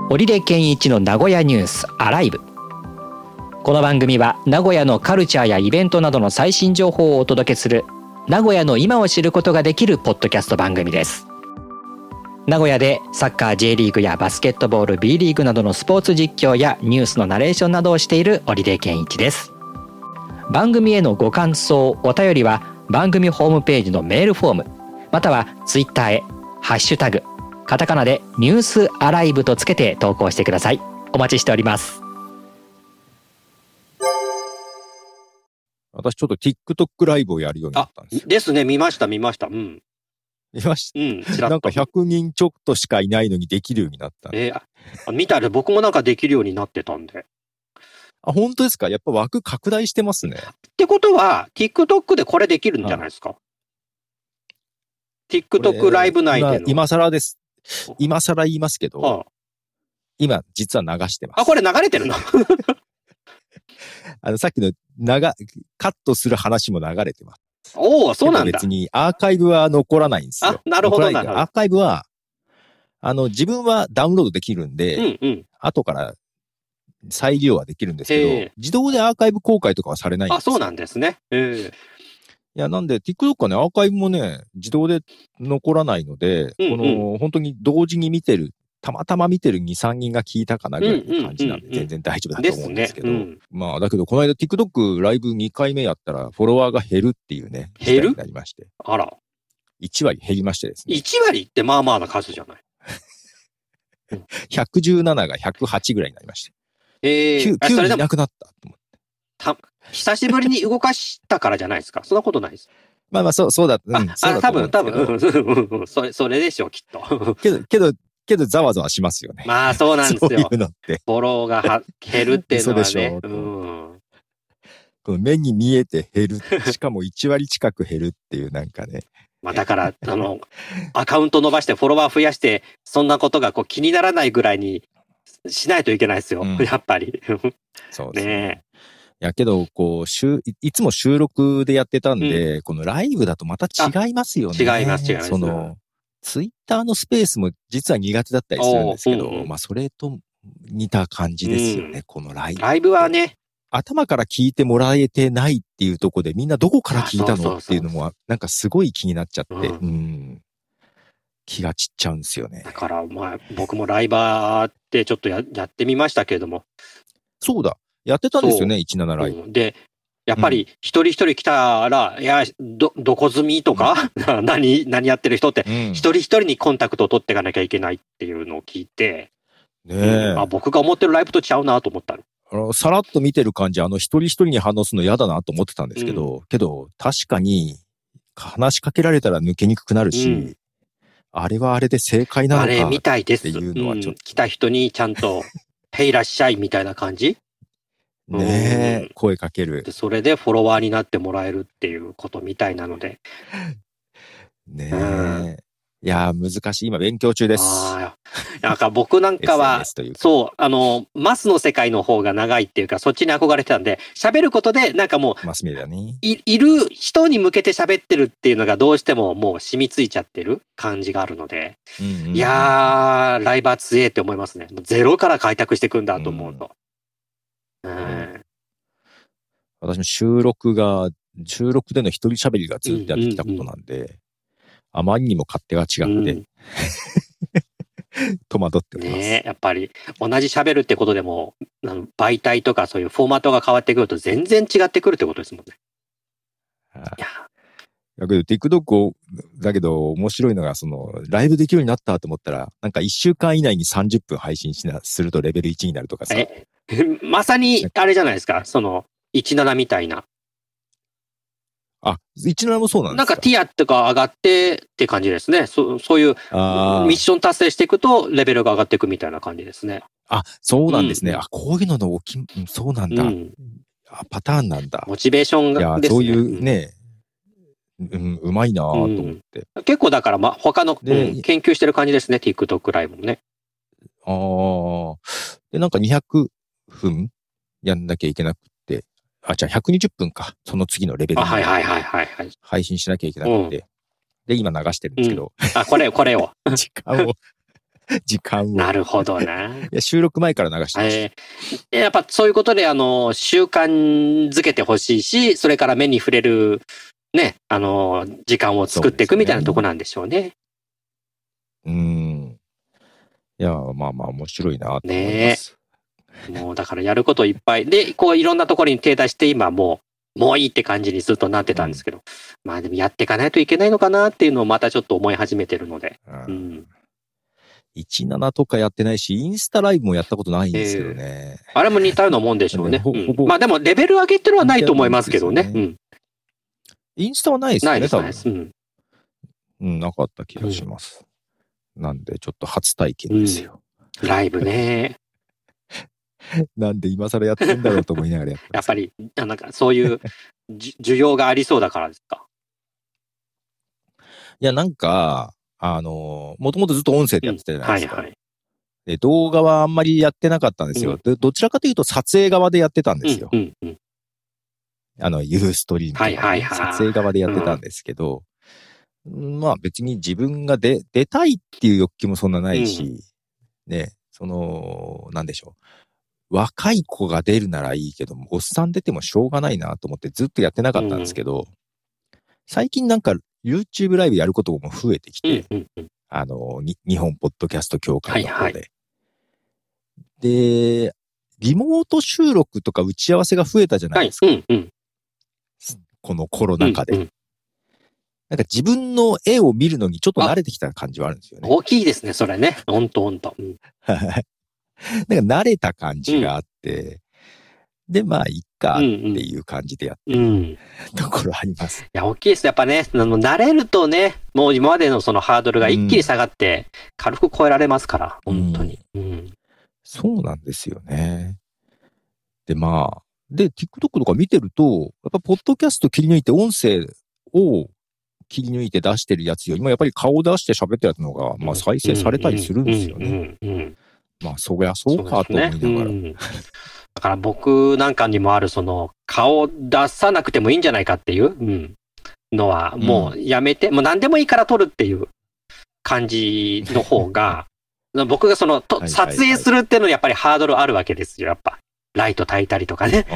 織出健一の名古屋ニュースアライブ。この番組は名古屋のカルチャーやイベントなどの最新情報をお届けする名古屋の今を知ることができるポッドキャスト番組です。名古屋でサッカー J リーグやバスケットボール B リーグなどのスポーツ実況やニュースのナレーションなどをしている織出健一です。番組へのご感想お便りは番組ホームページのメールフォームまたはツイッターへハッシュタグカタカナでニュースアライブとつけて投稿してください。お待ちしております。 私ちょっと TikTok ライブをやるようになったんですよ。 ですね、見ました。うん。 見ました。 うん、ちらっと。 なんか100人ちょっとしかいないのにできるようになった。 見たら僕もなんかできるようになってたんで。 あ、本当ですか？やっぱ枠拡大してますね。 ってことは、TikTok でこれできるんじゃないですか？ TikTok ライブ内での。 今更です。今更言いますけど、今実は流してます。 あ、これ流れてるのさっきのカットする話も流れてます。 おお、そうなんだ。 別にアーカイブは残らないんですよ。 なるほどなるほど。 アーカイブは、自分はダウンロードできるんで、後から再利用はできるんですけど、自動でアーカイブ公開とかはされないんですよ。 そうなんですね。 いや、なんで、TikTok はね、アーカイブもね、自動で残らないので、本当に同時に見てる、たまたま見てる2、3人が聞いたかなぐらいの感じなんで、全然大丈夫だと思うんですけど、まあ、だけど、この間 TikTok ライブ2回目やったら、フォロワーが減るっていうね、 減るになりまして。 あら。 1割減りましてですね。 1割ってまあまあな数じゃない。 117が108ぐらいになりまして。9人いなくなったと思って。 久しぶりに動かしたからじゃないですか。そんなことないです。 まあ、そうだ。 多分、それでしょう、きっと。 けど、ざわざわしますよね。 まあ、そうなんですよ。 そういうのって。 フォローが減るっていうのはね。 そうでしょ。この目に見えて減る。しかも1割近く減るっていうなんかね。 まあ、だから、アカウント伸ばしてフォロワー増やして、そんなことが気にならないぐらいにしないといけないですよ。やっぱり。 そうですね。やけど、いつも収録でやってたんで、このライブだとまた違いますよね。 違います。 ツイッターのスペースも実は苦手だったりするんですけど、まあそれと似た感じですよね、このライブ。 ライブはね。 頭から聞いてもらえてないっていうところで、みんなどこから聞いたのっていうのも、なんかすごい気になっちゃって、気が散っちゃうんですよね。 だから、まあ、僕もライバーってちょっとやってみましたけれども。 そうだ。やってたんですよね、17ライブ。 で、やっぱり一人一人来たら、いや、どこ住みとか、何やってる人って、一人一人にコンタクトを取っていかなきゃいけないっていうのを聞いて、僕が思ってるライブとちゃうなと思ったの。 さらっと見てる感じ、一人一人に反応するの嫌だなと思ってたんですけど、確かに話しかけられたら抜けにくくなるし、あれはあれで正解なのかっていうのはみたいです。来た人にちゃんと、へいらっしゃいみたいな感じねえ、声かける。 でそれでフォロワーになってもらえるっていうことみたいなので。 ねえ。いや難しい。今勉強中です。 なんか僕なんかは、そう、マスの世界の方が長いっていうか、そっちに憧れてたんで、喋ることで、なんかもう、 マスメディアね。 いる人に向けて喋ってるっていうのがどうしてももう染みついちゃってる感じがあるので、いやー、ライバー強えって思いますね。ゼロから開拓していくんだと思うと。 私も収録での一人喋りがずっとやってきたことなんで、あまりにも勝手が違って、戸惑っております。 ねえ、やっぱり同じ喋るってことでも、媒体とかそういうフォーマットが変わってくると全然違ってくるってことですもんね。 だけど TikTok だけど面白いのがライブできるようになったと思ったらなんか1週間以内に30分配信するとレベル1になるとかさ。 まさにあれじゃないですか。17みたいな。 17もそうなんですか？ なんかティアとか上がってって感じですね。そういうミッション達成していくとレベルが上がっていくみたいな感じですね。 そうなんですね。こういうのそうなんだ。パターンなんだ。 モチベーションがですね。 そういうね、うまいなと思って。 結構だから他の研究してる感じですね。TikTok ライブもね。 で、なんか200分やんなきゃいけなくて、じゃあ120分か。その次のレベルに配信しなきゃいけなくて。で、今流してるんですけど。 これを。 時間を。 時間を。 なるほどな。 いや、収録前から流してましやっぱそういうことで、習慣づけてほしいし、それから目に触れる、ね、時間を作っていくみたいなとこなんでしょうね。 いや、まあまあ面白いなと思います。 もうだからやることいっぱい。で、こういろんなところに手出して今もういいって感じにずっとなってたんですけど。まあでもやっていかないといけないのかなっていうのをまたちょっと思い始めてるので。 17とかやってないし、インスタライブもやったことないんですけどね。 あれも似たようなもんでしょうね。まあでもレベル上げってのはないと思いますけどね。 インスタはないですよね、多分。 なかった気がします。なんでちょっと初体験ですよ。 ライブね。 なんで今更やってんだろうと思いながらやってます。 やっぱり、なんかそういう需要がありそうだからですか。 いや、なんか、もともとずっと音声でやってたじゃないですか。で、動画はあんまりやってなかったんですよ。どちらかというと撮影側でやってたんですよ。ユーストリームとか、撮影側でやってたんですけど、まあ別に自分が出たいっていう欲求もそんなないし、ね、なんでしょう。若い子が出るならいいけども、おっさん出てもしょうがないなと思ってずっとやってなかったんですけど、最近なんか YouTube ライブやることも増えてきて、日本ポッドキャスト協会の方で。で、リモート収録とか打ち合わせが増えたじゃないですか。このコロナ禍で。なんか自分の絵を見るのにちょっと慣れてきた感じはあるんですよね。 大きいですね、それね。ほんと。なんか慣れた感じがあって、で、まあ、いっかっていう感じでやってるところあります。 いや、大きいです。やっぱね、慣れるとね、もう今までのそのハードルが一気に下がって、軽く超えられますから、本当に。 そうなんですよね。で、まあ、で、TikTok とか見てると、やっぱ、ポッドキャスト切り抜いて、音声を切り抜いて出してるやつよりも、やっぱり顔出して喋ったやつの方が、まあ、再生されたりするんですよね。まあ、そりゃそうかと思いながら。 だから僕なんかにもある、その、顔出さなくてもいいんじゃないかっていうのは、もうやめて、もう何でもいいから撮るっていう感じの方が、僕がその、撮影するっていうのはやっぱりハードルあるわけですよ、やっぱ。ライト焚いたりとかね。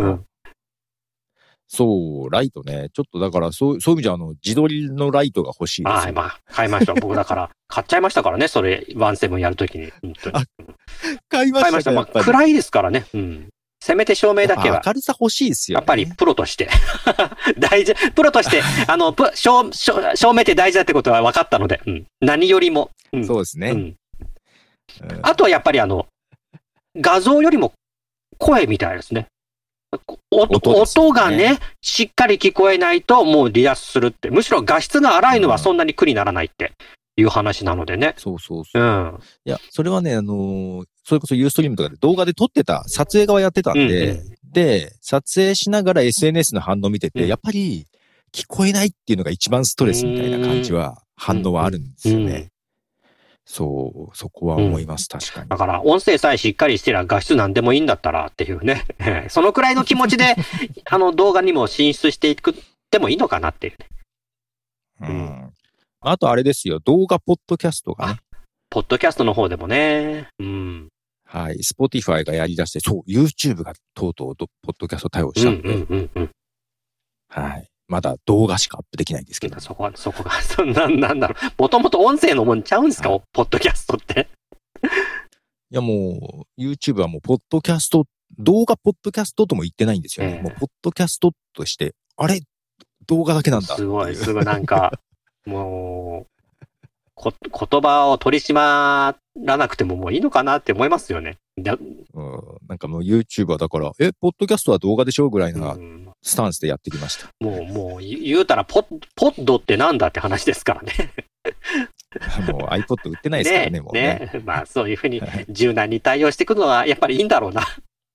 そう、ライトね。ちょっとだから、そういう意味じゃ、自撮りのライトが欲しいです、ね。 はい、まあ、買いました。僕だから、買っちゃいましたからね、それ、17やるときに。本当に買いました。 まあ、暗いですからね。せめて照明だけは。 明るさ欲しいですよ、ね。 やっぱりプロとして。プロとして、照明って大事だってことは分かったので、何よりも。 そうですね。 あとはやっぱり画像よりも声みたいですね。音がね、しっかり聞こえないともう離脱するって。むしろ画質が荒いのはそんなに苦にならないっていう話なのでね。 そう。いや、それはね、それこそユーストリームとかで動画で撮ってた、撮影側やってたんで、で、撮影しながら SNS の反応見てて、やっぱり聞こえないっていうのが一番ストレスみたいな感じは、反応はあるんですよね。そう、そこは思います、確かに。 だから、音声さえしっかりしてりゃ画質なんでもいいんだったらっていうね。そのくらいの気持ちで、動画にも進出していくってもいいのかなっていうね。あとあれですよ、動画ポッドキャストがね。 ポッドキャストの方でもね。 はい。Spotify がやり出して、そう、YouTube がとうとうポッドキャスト対応したんで。はい。まだ動画しかアップできないんですけど。 そこが、なんだろう。もともと音声のもんちゃうんですか、ポッドキャストって。 いやもう、YouTube はもう、ポッドキャスト、動画ポッドキャストとも言ってないんですよね。もう、ポッドキャストとして、あれ動画だけなんだ。 すごい、なんか、もう、言葉を取り締まらなくてももういいのかなって思いますよね。 なんかもう YouTuber だから、ポッドキャストは動画でしょぐらいなスタンスでやってきました。 もう言うたらポッドってなんだって話ですからね。 もう iPod 売ってないですからね、もうね。 まあそういうふうに柔軟に対応していくのはやっぱりいいんだろうな。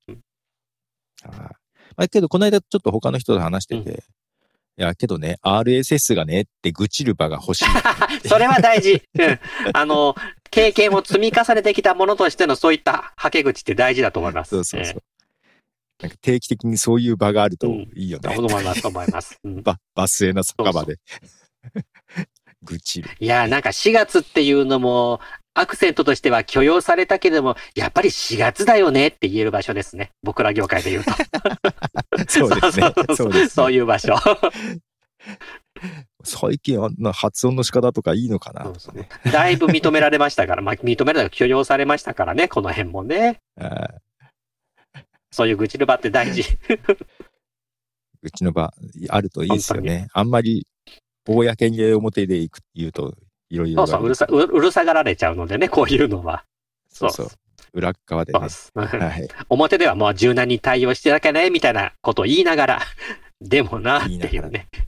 けどこの間ちょっと他の人と話してて、いや、けどね、RSS がねって愚痴る場が欲しい。 それは大事。経験を積み重ねてきたものとしてのそういったはけ口って大事だと思います。 そう。なんか定期的にそういう場があるといいよね。 思います。 バスへの酒場で。愚痴る。 いや、なんか4月っていうのも、 アクセントとしては許容されたけれども、やっぱり4月だよねって言える場所ですね。僕ら業界で言うと。 そうですね。 そういう場所。 最近発音の仕方とかいいのかな、 ね、だいぶ認められましたから、認められた許容されましたからね、この辺もね。そういう愚痴の場って大事。 愚痴の場あるといいですよね。あんまり公に表で言うといろいろ。 そううるさがられちゃうのでね、こういうのは。 そう。裏側でね。 はい、表ではもう柔軟に対応してなきゃね、みたいなことを言いながら、でもなっていうね。